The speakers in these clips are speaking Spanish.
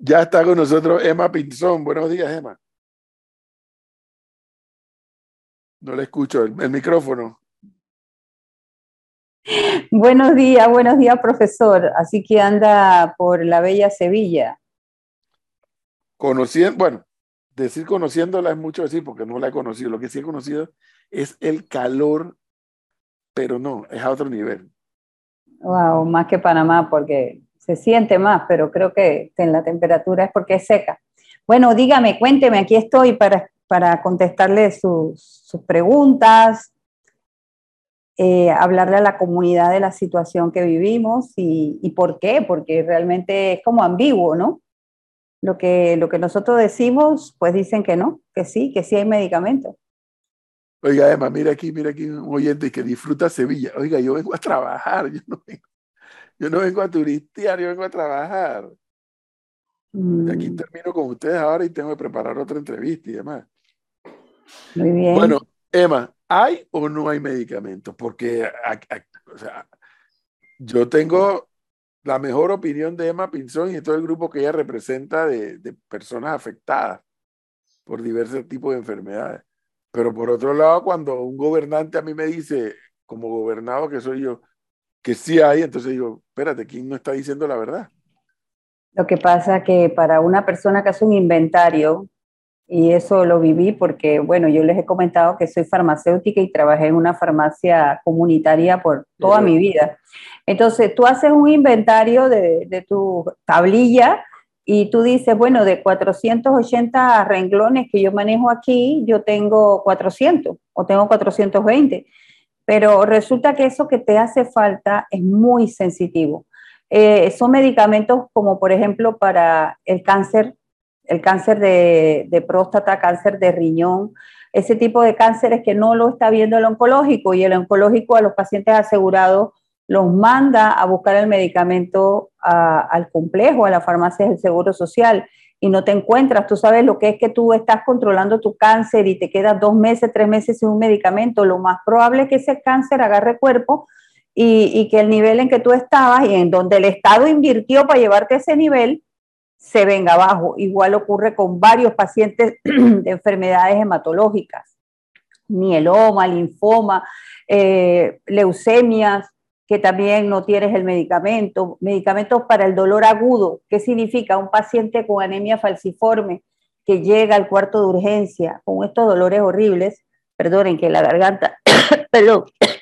Ya está con nosotros Emma Pinzón. Buenos días, Emma. No le escucho el micrófono. Buenos días, profesor. Así que anda por la bella Sevilla. Conociendo, bueno, decir conociéndola es mucho decir porque no la he conocido. Lo que sí he conocido es el calor, pero no, es a otro nivel. Wow, más que Panamá, porque se siente más, pero creo que en la temperatura es porque es seca. Bueno, dígame, cuénteme, aquí estoy para contestarle sus preguntas, hablarle a la comunidad de la situación que vivimos y por qué, porque realmente es como ambiguo, ¿no? Lo que nosotros decimos, pues dicen que sí hay medicamentos. Oiga, Emma, mira aquí un oyente que disfruta Sevilla. Oiga, yo vengo a trabajar, yo no vengo a turistear, yo vengo a trabajar. Y aquí Mm, termino con ustedes ahora y tengo que preparar otra entrevista y demás. muy Bueno, bien. Emma, ¿hay o no hay medicamentos? Porque o sea, yo tengo la mejor opinión de Emma Pinzón y de todo el grupo que ella representa de personas afectadas por diversos tipos de enfermedades. Pero por otro lado, cuando un gobernante a mí me dice, como gobernado que soy yo, que sí hay, entonces digo, espérate, ¿quién no está diciendo la verdad? Lo que pasa que para una persona que hace un inventario, y eso lo viví porque, bueno, yo les he comentado que soy farmacéutica y trabajé en una farmacia comunitaria por toda mi Correcto. vida. Entonces, tú haces un inventario de tu tablilla y tú dices, bueno, de 480 renglones que yo manejo aquí, yo tengo 400 o tengo 420, pero resulta que eso que te hace falta es muy sensitivo. Son medicamentos como por ejemplo para el cáncer de próstata, cáncer de riñón, ese tipo de cánceres que no lo está viendo el oncológico y el oncológico a los pacientes asegurados los manda a buscar el medicamento al complejo, a la farmacia del Seguro Social y no te encuentras. Tú sabes lo que es que tú estás controlando tu cáncer y te quedas 2 meses, 3 meses sin un medicamento. Lo más probable es que ese cáncer agarre cuerpo y que el nivel en que tú estabas y en donde el Estado invirtió para llevarte a ese nivel se venga abajo. Igual ocurre con varios pacientes de enfermedades hematológicas, mieloma, linfoma, leucemias, que también no tienes el medicamento, medicamentos para el dolor agudo. ¿Qué significa? Un paciente con anemia falciforme que llega al cuarto de urgencia con estos dolores horribles, perdonen que la garganta, perdón,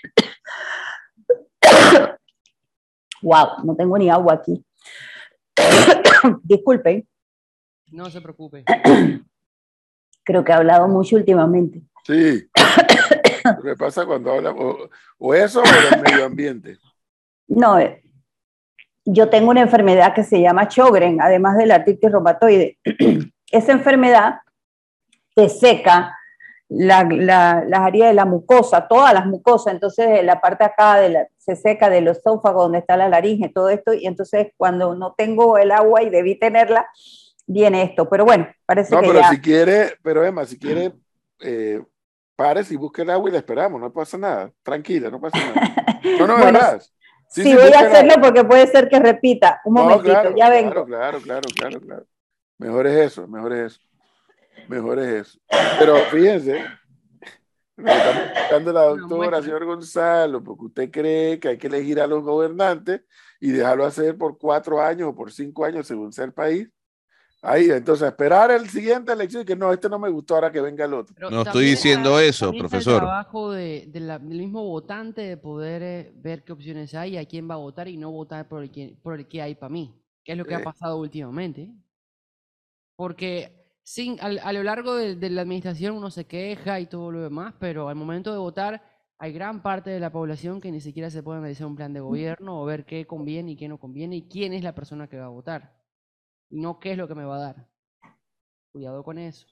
wow, no tengo ni agua aquí, disculpen, No se preocupe. creo que he hablado mucho últimamente. Sí, lo que pasa cuando hablamos, o eso o el medio ambiente. No, yo tengo una enfermedad que se llama Sjögren, además de la artritis reumatoide. Esa enfermedad te seca las áreas de la mucosa, todas las mucosas, entonces la parte acá se seca del esófago donde está la laringe, todo esto, y entonces cuando no tengo el agua y debí tenerla, viene esto. Pero bueno, parece No, que pero ya. si quiere, pero Emma, si quiere, eh, párese y busque el agua y la esperamos, no pasa nada, tranquila, no pasa nada. No, no, de Bueno, verdad. Sí, sí sí, voy a busque el hacerlo agua. porque puede ser que repita. Un No, momentito, claro, ya claro, vengo. claro, claro, claro, claro, claro. Mejor es eso, mejor es eso, mejor es eso. Pero fíjense, nos estamos quitando la Una doctora, muestra. señor Gonzalo, porque usted cree que hay que elegir a los gobernantes y dejarlo hacer por 4 años o por 5 años, según sea el país. Ahí, entonces, esperar el siguiente elección y que no, este no me gustó, ahora que venga el otro. Pero No estoy diciendo eso, también está el profesor. trabajo del mismo votante de poder ver qué opciones hay, a quién va a votar y no votar por el que hay para mí, que es lo que ha Eh, pasado últimamente. Porque a lo largo de la administración uno se queja y todo lo demás, pero al momento de votar hay gran parte de la población que ni siquiera se puede analizar un plan de gobierno o ver qué conviene y qué no conviene y quién es la persona que va a votar y no qué es lo que me va a dar. Cuidado con eso.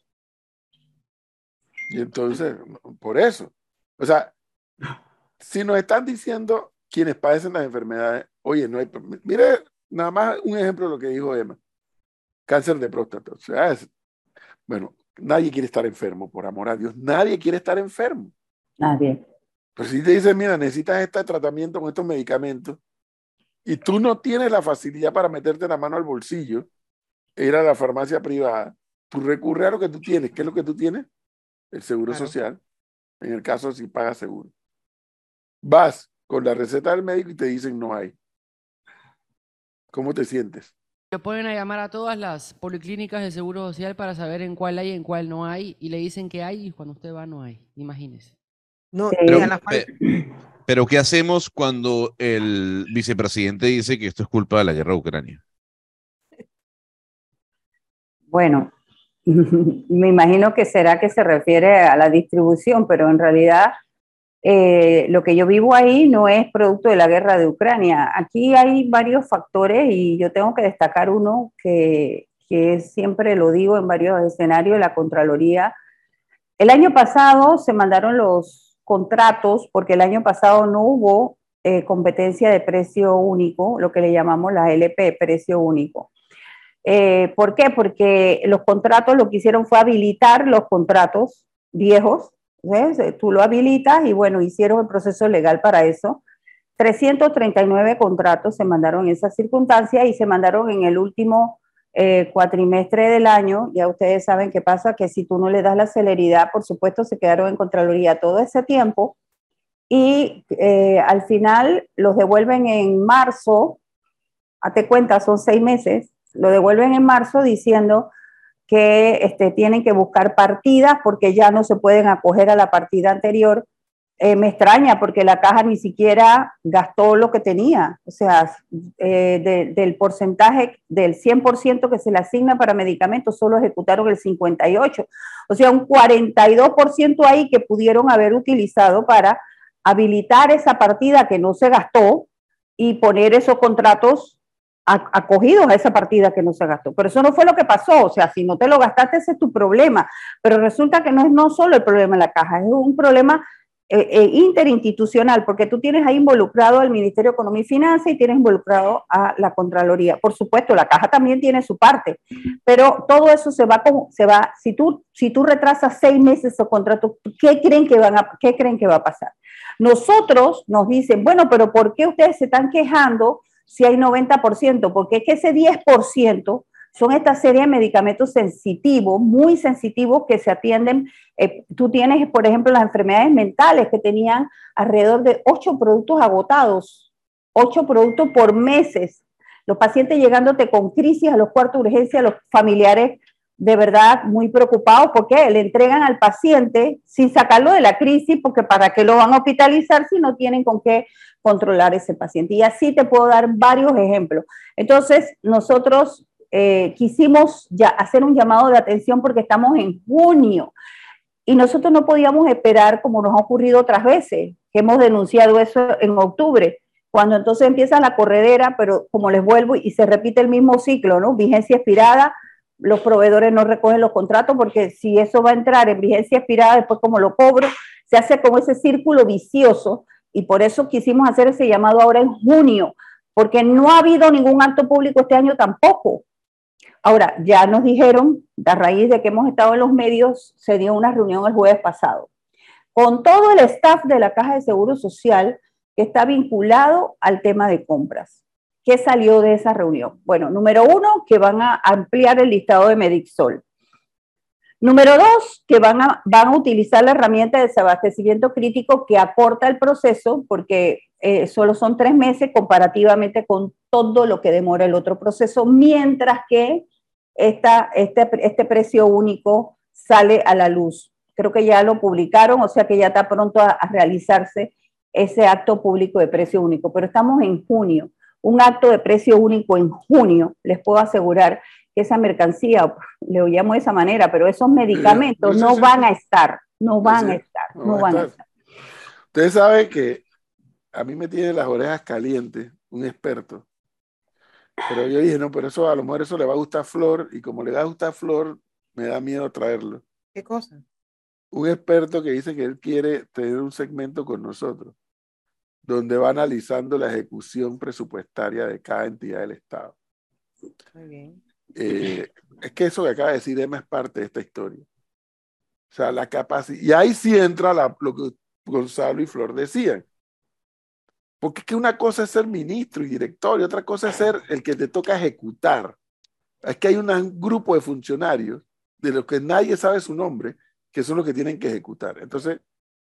y entonces, por eso. O sea, si nos están diciendo quienes padecen las enfermedades, oye, no hay, mire, nada más un ejemplo de lo que dijo Emma, cáncer de próstata. O sea, bueno, nadie quiere estar enfermo, por amor a Dios, nadie quiere estar enfermo. Nadie. Pero si te dicen, mira, necesitas este tratamiento con estos medicamentos y tú no tienes la facilidad para meterte la mano al bolsillo, ir a la farmacia privada, tú recurres a lo que tú tienes. ¿Qué es lo que tú tienes? El seguro Claro. social, en el caso si pagas seguro. Vas con la receta del médico y te dicen no hay. ¿Cómo te sientes? Lo ponen a llamar a todas las policlínicas de Seguro Social para saber en cuál hay y en cuál no hay, y le dicen que hay y cuando usted va no hay. Imagínese. No, Sí. y Pero, a la falta. pero ¿qué hacemos cuando el vicepresidente dice que esto es culpa de la guerra de Ucrania? Bueno, me imagino que será que se refiere a la distribución, pero en realidad lo que yo vivo ahí no es producto de la guerra de Ucrania. Aquí hay varios factores y yo tengo que destacar uno que siempre lo digo en varios escenarios, la Contraloría. El año pasado se mandaron los contratos porque el año pasado no hubo competencia de precio único, lo que le llamamos la LP, precio único. ¿Por qué? Porque los contratos lo que hicieron fue habilitar los contratos viejos, ¿ves? Tú lo habilitas y bueno, hicieron el proceso legal para eso. 339 contratos se mandaron en esas circunstancias y se mandaron en el último cuatrimestre del año. Ya ustedes saben qué pasa, que si tú no le das la celeridad, por supuesto, se quedaron en Contraloría todo ese tiempo y al final los devuelven en marzo. Hazte cuenta, son 6 meses, lo devuelven en marzo diciendo que tienen que buscar partidas porque ya no se pueden acoger a la partida anterior. Me extraña porque la caja ni siquiera gastó lo que tenía, o sea, del porcentaje del 100% que se le asigna para medicamentos, solo ejecutaron el 58%, o sea, un 42% ahí que pudieron haber utilizado para habilitar esa partida que no se gastó y poner esos contratos acogidos a esa partida que no se gastó. Pero eso no fue lo que pasó, o sea, si no te lo gastaste, ese es tu problema. Pero resulta que no es no solo el problema de la caja, es un problema interinstitucional, porque tú tienes ahí involucrado al Ministerio de Economía y Finanzas y tienes involucrado a la Contraloría. Por supuesto, la caja también tiene su parte, pero todo eso se va, si tú retrasas 6 meses esos contratos, ¿qué creen que va a pasar? Nosotros nos dicen, bueno, pero ¿por qué ustedes se están quejando si hay 90%? Porque es que ese 10% son esta serie de medicamentos sensitivos, muy sensitivos, que se atienden. Tú tienes, por ejemplo, las enfermedades mentales que tenían alrededor de 8 productos agotados, 8 productos por meses. Los pacientes llegándote con crisis a los cuartos de urgencia, los familiares de verdad muy preocupados porque le entregan al paciente sin sacarlo de la crisis, porque para qué lo van a hospitalizar si no tienen con qué controlar ese paciente. Y así te puedo dar varios ejemplos. Entonces, nosotros quisimos ya hacer un llamado de atención porque estamos en junio y nosotros no podíamos esperar, como nos ha ocurrido otras veces, que hemos denunciado eso en octubre, cuando entonces empieza la corredera, pero como les vuelvo y se repite el mismo ciclo, ¿no? Vigencia expirada, los proveedores no recogen los contratos porque si eso va a entrar en vigencia expirada, después como lo cobro, se hace como ese círculo vicioso y por eso quisimos hacer ese llamado ahora en junio, porque no ha habido ningún acto público este año tampoco. Ahora, ya nos dijeron, a raíz de que hemos estado en los medios, se dio una reunión el jueves pasado con todo el staff de la Caja de Seguro Social que está vinculado al tema de compras. ¿Qué salió de esa reunión? Bueno, número 1, que van a ampliar el listado de Medixol. Número 2, que van a utilizar la herramienta de desabastecimiento crítico que acorta el proceso porque solo son 3 meses comparativamente con todo lo que demora el otro proceso, mientras que este precio único sale a la luz. Creo que ya lo publicaron, o sea que ya está pronto a realizarse ese acto público de precio único, pero estamos en junio. Un acto de precio único en junio, les puedo asegurar que esa mercancía, le llamo de esa manera, pero esos medicamentos no van a estar. Usted sabe que a mí me tiene las orejas calientes un experto, pero yo dije, no, pero eso a lo mejor eso le va a gustar a Flor, y como le va a gustar a Flor, me da miedo traerlo. ¿Qué cosa? Un experto que dice que él quiere tener un segmento con nosotros, donde va analizando la ejecución presupuestaria de cada entidad del Estado. Muy bien. Es que eso que acaba de decir Emma es parte de esta historia. O sea, la capacidad. Y ahí sí entra lo que Gonzalo y Flor decían. Porque es que una cosa es ser ministro y director y otra cosa es ser el que te toca ejecutar. Es que hay un grupo de funcionarios de los que nadie sabe su nombre, que son los que tienen que ejecutar. Entonces,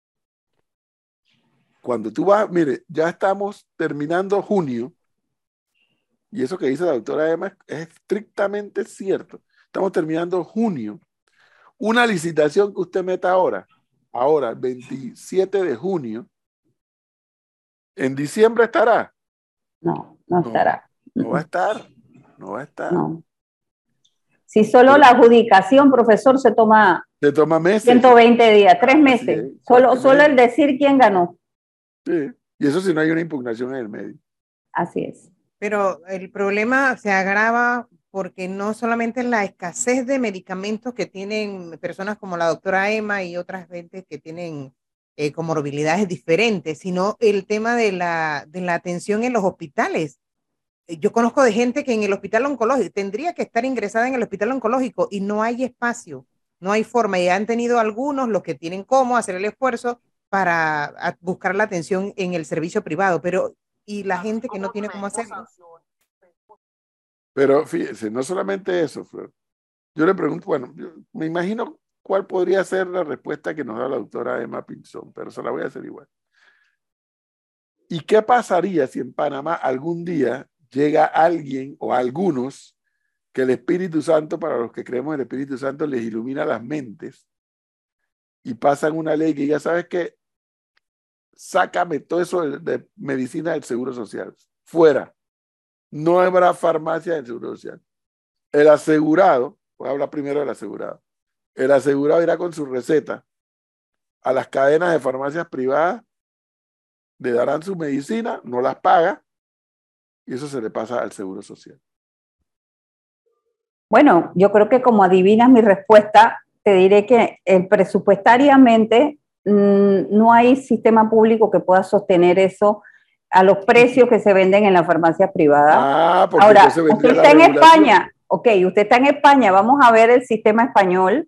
cuando tú vas, mire, ya estamos terminando junio, y eso que dice la doctora Emma es estrictamente cierto. Estamos terminando junio. Una licitación que usted meta ahora, el 27 de junio, en diciembre estará. No estará. No va a estar. No va a estar. No. Si solo la adjudicación, profesor, se toma meses. 120 días, 3 meses. Solo el decir quién ganó. Sí. Y eso si no hay una impugnación en el medio. Así es. Pero el problema se agrava porque no solamente la escasez de medicamentos que tienen personas como la doctora Emma y otras gente que tienen comorbilidades diferentes, sino el tema de la atención en los hospitales. Yo conozco de gente que en el hospital oncológico tendría que estar ingresada en el hospital oncológico y no hay espacio, no hay forma. Y han tenido algunos los que tienen cómo hacer el esfuerzo para buscar la atención en el servicio privado, pero y la gente que no tiene cómo hacerlo. Pero fíjese, no solamente eso, Flor. Yo le pregunto, bueno, yo me imagino cuál podría ser la respuesta que nos da la doctora Emma Pinzón, pero se la voy a hacer igual. ¿Y qué pasaría si en Panamá algún día llega alguien o algunos que el Espíritu Santo, para los que creemos en el Espíritu Santo, les ilumina las mentes y pasan una ley que ya sabes que sácame todo eso de medicina del Seguro Social, fuera, no habrá farmacia del Seguro Social. El asegurado, voy a hablar primero del asegurado, el asegurado irá con su receta a las cadenas de farmacias privadas, le darán su medicina, no las paga, y eso se le pasa al Seguro Social. Bueno, yo creo que como adivinas mi respuesta, te diré que presupuestariamente no hay sistema público que pueda sostener eso a los precios que se venden en las farmacias privadas. Porque ahora, usted está en España, usted está en España, vamos a ver el sistema español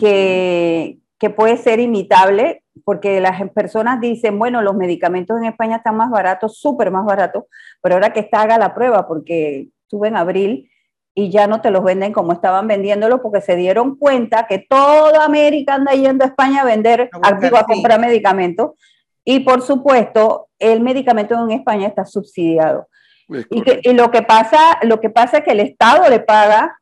que puede ser imitable, porque las personas dicen, bueno, los medicamentos en España están más baratos, súper más baratos, pero ahora que haga la prueba, porque estuve en abril y ya no te los venden como estaban vendiéndolo, porque se dieron cuenta que toda América anda yendo a España a vender, a comprar medicamentos, y por supuesto, el medicamento en España está subsidiado. Y lo que pasa es que el Estado le paga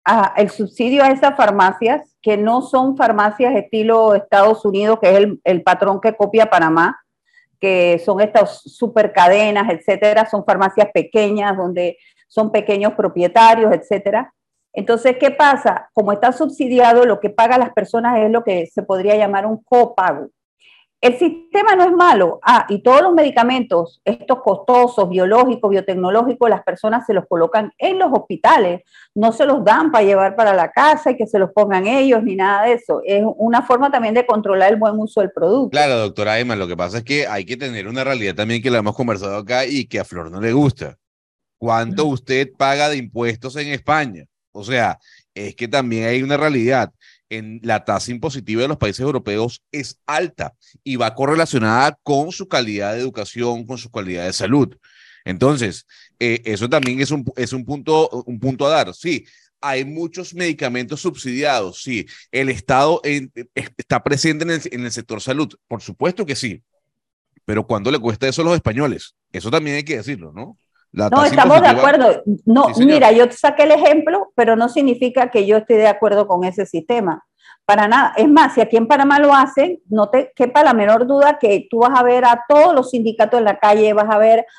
el subsidio a esas farmacias, que no son farmacias estilo Estados Unidos, que es el patrón que copia Panamá, que son estas supercadenas, etcétera, son farmacias pequeñas, donde son pequeños propietarios, etcétera. Entonces, ¿qué pasa? Como está subsidiado, lo que pagan las personas es lo que se podría llamar un copago. El sistema no es malo. Y todos los medicamentos, estos costosos, biológicos, biotecnológicos, las personas se los colocan en los hospitales, no se los dan para llevar para la casa y que se los pongan ellos, ni nada de eso. Es una forma también de controlar el buen uso del producto. Claro, doctora Emma, lo que pasa es que hay que tener una realidad también que la hemos conversado acá y que a Flor no le gusta. ¿Cuánto usted paga de impuestos en España? O sea, es que también hay una realidad. En la tasa impositiva de los países europeos es alta y va correlacionada con su calidad de educación, con su calidad de salud. Entonces, eso también es un punto a dar. Sí, hay muchos medicamentos subsidiados. Sí, el Estado está presente en el sector salud. Por supuesto que sí. Pero ¿cuánto le cuesta eso a los españoles? Eso también hay que decirlo, ¿no? No, estamos de acuerdo. No, sí, mira, yo saqué el ejemplo, pero no significa que yo esté de acuerdo con ese sistema. Para nada. Es más, si aquí en Panamá lo hacen, no te quepa la menor duda que tú vas a ver a todos los sindicatos en la calle, vas a ver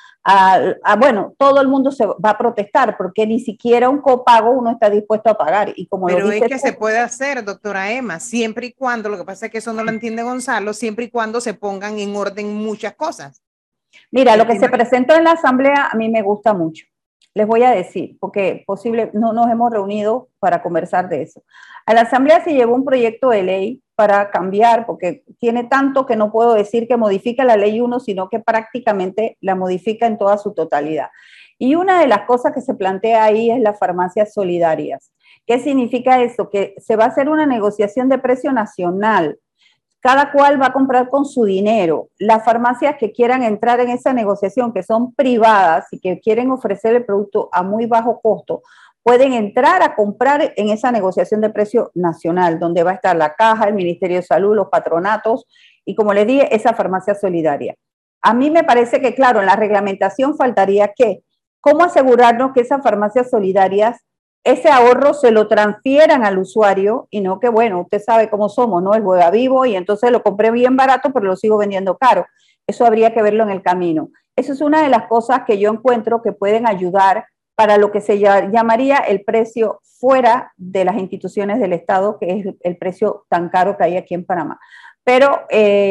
bueno, todo el mundo se va a protestar porque ni siquiera un copago uno está dispuesto a pagar. Y como pero lo es que se puede hacer, doctora Emma, siempre y cuando, lo que pasa es que eso no lo entiende Gonzalo, siempre y cuando se pongan en orden muchas cosas. Mira, lo que se presentó en la asamblea a mí me gusta mucho. Les voy a decir, porque no nos hemos reunido para conversar de eso. A la asamblea se llevó un proyecto de ley para cambiar, porque tiene tanto que no puedo decir que modifica la ley 1, sino que prácticamente la modifica en toda su totalidad. Y una de las cosas que se plantea ahí es las farmacias solidarias. ¿Qué significa eso? Que se va a hacer una negociación de precio nacional. Cada cual va a comprar con su dinero. Las farmacias que quieran entrar en esa negociación, que son privadas y que quieren ofrecer el producto a muy bajo costo, pueden entrar a comprar en esa negociación de precio nacional, donde va a estar la Caja, el Ministerio de Salud, los patronatos y, como les dije, esa farmacia solidaria. A mí me parece que, claro, en la reglamentación faltaría que, ¿cómo asegurarnos que esas farmacias solidarias, ese ahorro se lo transfieran al usuario y no que, bueno, usted sabe cómo somos, ¿no? El juega vivo y entonces lo compré bien barato, pero lo sigo vendiendo caro. Eso habría que verlo en el camino. Eso es una de las cosas que yo encuentro que pueden ayudar para lo que se llamaría el precio fuera de las instituciones del Estado, que es el precio tan caro que hay aquí en Panamá. Pero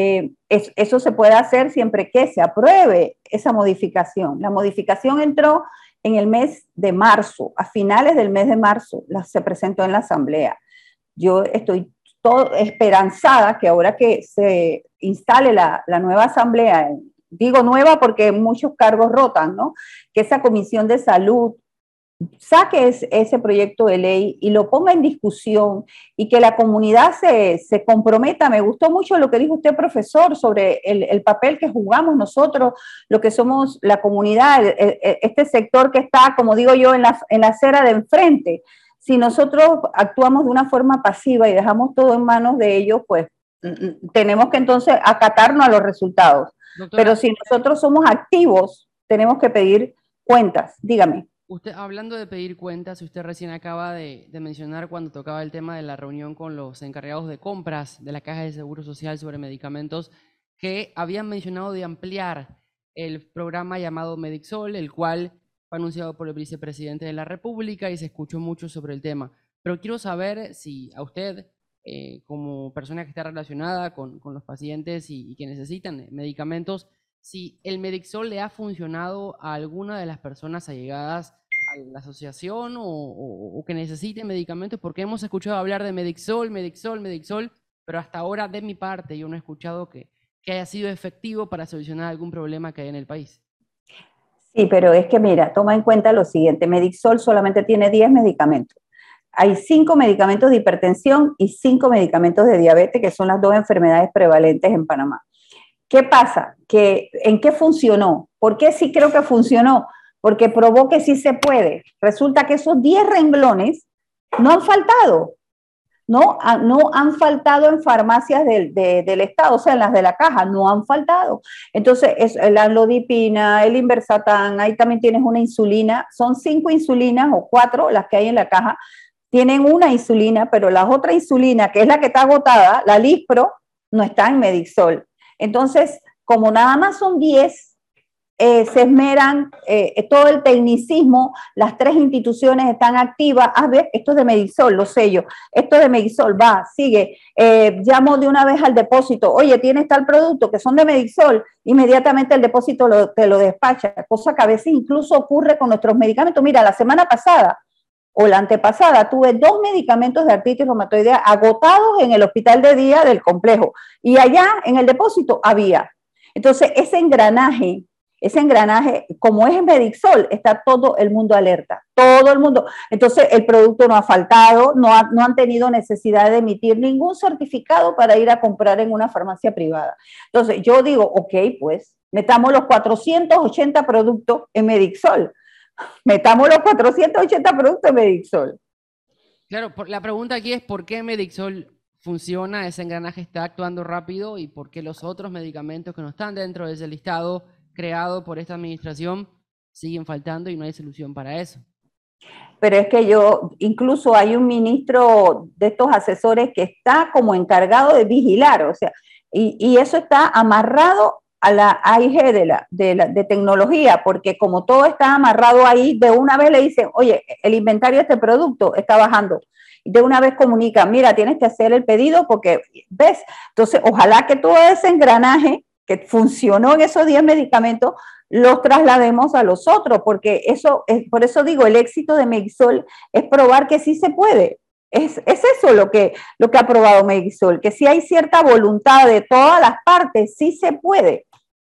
eso se puede hacer siempre que se apruebe esa modificación. La modificación entró en el mes de marzo, a finales del mes de marzo, se presentó en la Asamblea. Yo estoy esperanzada que ahora que se instale la nueva Asamblea, digo nueva porque muchos cargos rotan, ¿no? Que esa Comisión de Salud saque ese proyecto de ley y lo ponga en discusión y que la comunidad se comprometa. Me gustó mucho lo que dijo usted, profesor, sobre el papel que jugamos nosotros, lo que somos la comunidad, este sector que está, como digo yo, en la acera de enfrente. Si nosotros actuamos de una forma pasiva y dejamos todo en manos de ellos, pues tenemos que entonces acatarnos a los resultados. Doctora, pero si nosotros somos activos, tenemos que pedir cuentas. Dígame. usted, hablando de pedir cuentas, usted recién acaba de mencionar cuando tocaba el tema de la reunión con los encargados de compras de la Caja de Seguro Social sobre medicamentos, que habían mencionado de ampliar el programa llamado Medixol, el cual fue anunciado por el vicepresidente de la República y se escuchó mucho sobre el tema. Pero quiero saber si a usted, como persona que está relacionada con los pacientes y que necesitan medicamentos, si el Medixol le ha funcionado a alguna de las personas allegadas a la asociación o que necesiten medicamentos, porque hemos escuchado hablar de Medixol, pero hasta ahora de mi parte yo no he escuchado que haya sido efectivo para solucionar algún problema que hay en el país. Sí, pero es que mira, toma en cuenta lo siguiente, Medixol solamente tiene 10 medicamentos. Hay 5 medicamentos de hipertensión y 5 medicamentos de diabetes, que son las 2 enfermedades prevalentes en Panamá. ¿Qué pasa? ¿En qué funcionó? ¿Por qué sí creo que funcionó? Porque probó que sí se puede. Resulta que esos 10 renglones no han faltado. No han faltado en farmacias del Estado, o sea, en las de la Caja, no han faltado. Entonces, la amlodipina, el Inversatán, ahí también tienes una insulina, son 5 insulinas o 4 las que hay en la Caja, tienen una insulina, pero la otra insulina, que es la que está agotada, la Lispro, no está en Medixol. Entonces, como nada más son 10, se esmeran, todo el tecnicismo, las 3 instituciones están activas. A ver, esto es de Medixol, lo sé yo, esto es de Medixol, va, sigue, llamo de una vez al depósito, oye, tienes tal producto que son de Medixol, inmediatamente el depósito te lo despacha, cosa que a veces incluso ocurre con nuestros medicamentos. Mira, la semana pasada o la antepasada tuve 2 medicamentos de artritis reumatoidea agotados en el hospital de día del complejo y allá en el depósito había. Entonces, ese engranaje, como es en Medixol, está todo el mundo alerta, todo el mundo. Entonces, el producto no ha faltado, no han tenido necesidad de emitir ningún certificado para ir a comprar en una farmacia privada. Entonces, yo digo, ok, pues, metamos los 480 productos en Medixol. Metamos los 480 productos en Medixol. Claro, la pregunta aquí es ¿por qué Medixol funciona, ese engranaje está actuando rápido y por qué los otros medicamentos que no están dentro de ese listado creado por esta administración siguen faltando y no hay solución para eso? Pero es que incluso hay un ministro de estos asesores que está como encargado de vigilar, o sea, y eso está amarrado a la AIG de tecnología, porque como todo está amarrado ahí, de una vez le dicen, oye, el inventario de este producto está bajando. De una vez comunican, mira, tienes que hacer el pedido porque, ¿ves? Entonces, ojalá que todo ese engranaje que funcionó en esos 10 medicamentos, los traslademos a los otros, porque por eso digo, el éxito de Medixol es probar que sí se puede. Es eso lo que ha probado Medixol, que si hay cierta voluntad de todas las partes, sí se puede.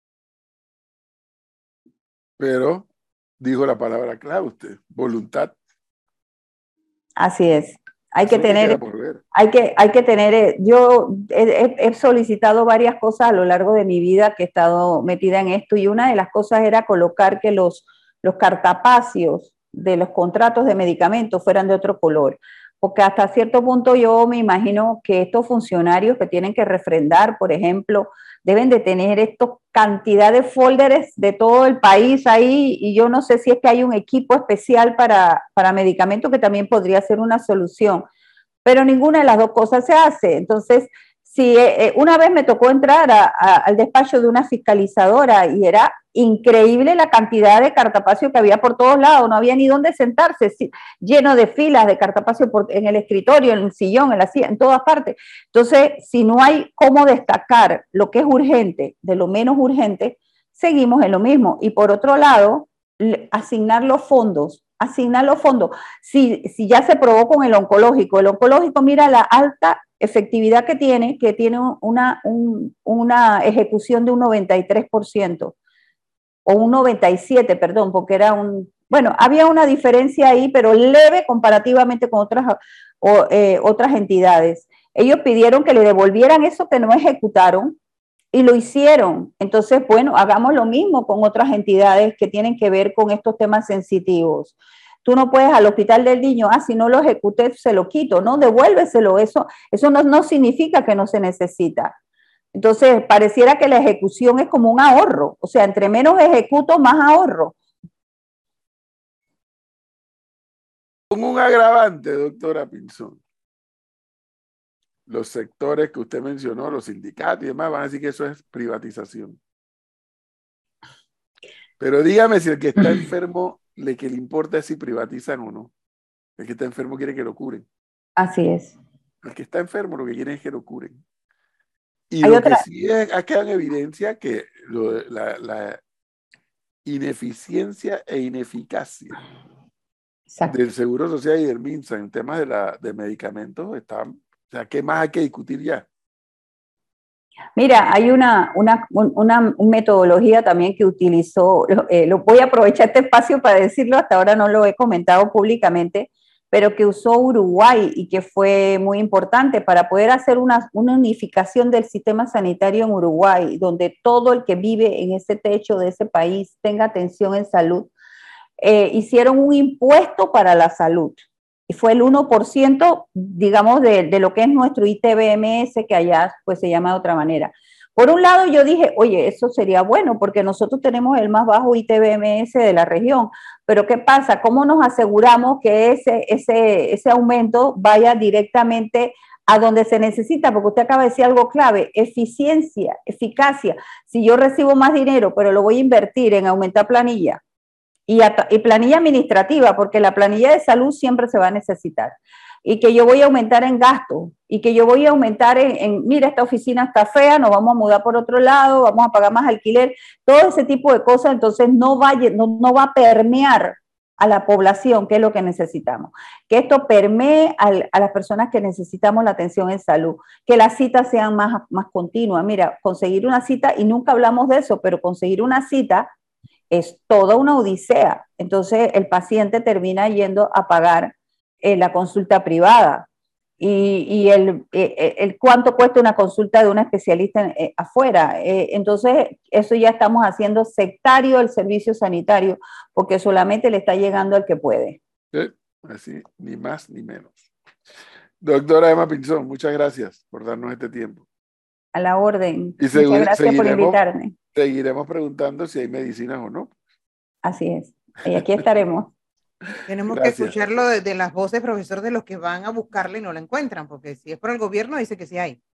Pero dijo la palabra clave usted, voluntad. Así es. Hay que tener, yo he solicitado varias cosas a lo largo de mi vida que he estado metida en esto y una de las cosas era colocar que los cartapacios de los contratos de medicamentos fueran de otro color, porque hasta cierto punto yo me imagino que estos funcionarios que tienen que refrendar, por ejemplo, deben de tener esta cantidad de folders de todo el país ahí, y yo no sé si es que hay un equipo especial para medicamentos, que también podría ser una solución, pero ninguna de las dos cosas se hace. Entonces, si una vez me tocó entrar al despacho de una fiscalizadora y era increíble la cantidad de cartapacio que había por todos lados, no había ni dónde sentarse, lleno de filas de cartapacio en el escritorio, en el sillón, en la silla, en todas partes. Entonces, si no hay cómo destacar lo que es urgente de lo menos urgente, seguimos en lo mismo. Y por otro lado, asignar los fondos. Si ya se probó con el oncológico mira la alta efectividad que tiene una ejecución de un 93%, o un 97%, perdón, porque era bueno, había una diferencia ahí, pero leve comparativamente con otras entidades. Ellos pidieron que le devolvieran eso que no ejecutaron, y lo hicieron. Entonces, bueno, hagamos lo mismo con otras entidades que tienen que ver con estos temas sensitivos. Tú no puedes al hospital del niño, si no lo ejecuté, se lo quito, no, devuélveselo. Eso no significa que no se necesita. Entonces, pareciera que la ejecución es como un ahorro. O sea, entre menos ejecuto, más ahorro. Con un agravante, doctora Pinzón. Los sectores que usted mencionó, los sindicatos y demás, van a decir que eso es privatización. Pero dígame si el que está enfermo, que le importa es si privatizan o no. El que está enfermo quiere que lo curen. Así es. El que está enfermo lo que quiere es que lo curen. Y lo que sí ha quedado en evidencia que la ineficiencia e ineficacia del Seguro Social y del MINSA en temas de medicamentos están. O sea, ¿qué más hay que discutir ya? Mira, hay una metodología también que utilizó, voy a aprovechar este espacio para decirlo, hasta ahora no lo he comentado públicamente, pero que usó Uruguay y que fue muy importante para poder hacer una unificación del sistema sanitario en Uruguay, donde todo el que vive en ese techo de ese país tenga atención en salud. Hicieron un impuesto para la salud. Y fue el 1%, digamos, de lo que es nuestro ITBMS, que allá pues se llama de otra manera. Por un lado yo dije, oye, eso sería bueno, porque nosotros tenemos el más bajo ITBMS de la región, pero ¿qué pasa? ¿Cómo nos aseguramos que ese aumento vaya directamente a donde se necesita? Porque usted acaba de decir algo clave, eficiencia, eficacia. Si yo recibo más dinero, pero lo voy a invertir en aumentar planilla, y planilla administrativa, porque la planilla de salud siempre se va a necesitar, y que yo voy a aumentar en gasto, y que yo voy a aumentar mira, esta oficina está fea, nos vamos a mudar por otro lado, vamos a pagar más alquiler, todo ese tipo de cosas. Entonces no va a permear a la población, que es lo que necesitamos, que esto permee a las personas que necesitamos la atención en salud, que las citas sean más continuas. Mira, conseguir una cita, y nunca hablamos de eso, pero conseguir una cita es toda una odisea. Entonces el paciente termina yendo a pagar la consulta privada, y el cuánto cuesta una consulta de un especialista afuera. Entonces eso ya estamos haciendo sectario el servicio sanitario, porque solamente le está llegando al que puede. Sí, así, ni más ni menos. Doctora Emma Pinzón, muchas gracias por darnos este tiempo. A la orden. Y muchas gracias por invitarme. Seguiremos preguntando si hay medicinas o no. Así es. Y aquí estaremos. Tenemos que escucharlo de las voces, profesor, de los que van a buscarla y no la encuentran, porque si es por el gobierno, dice que sí hay.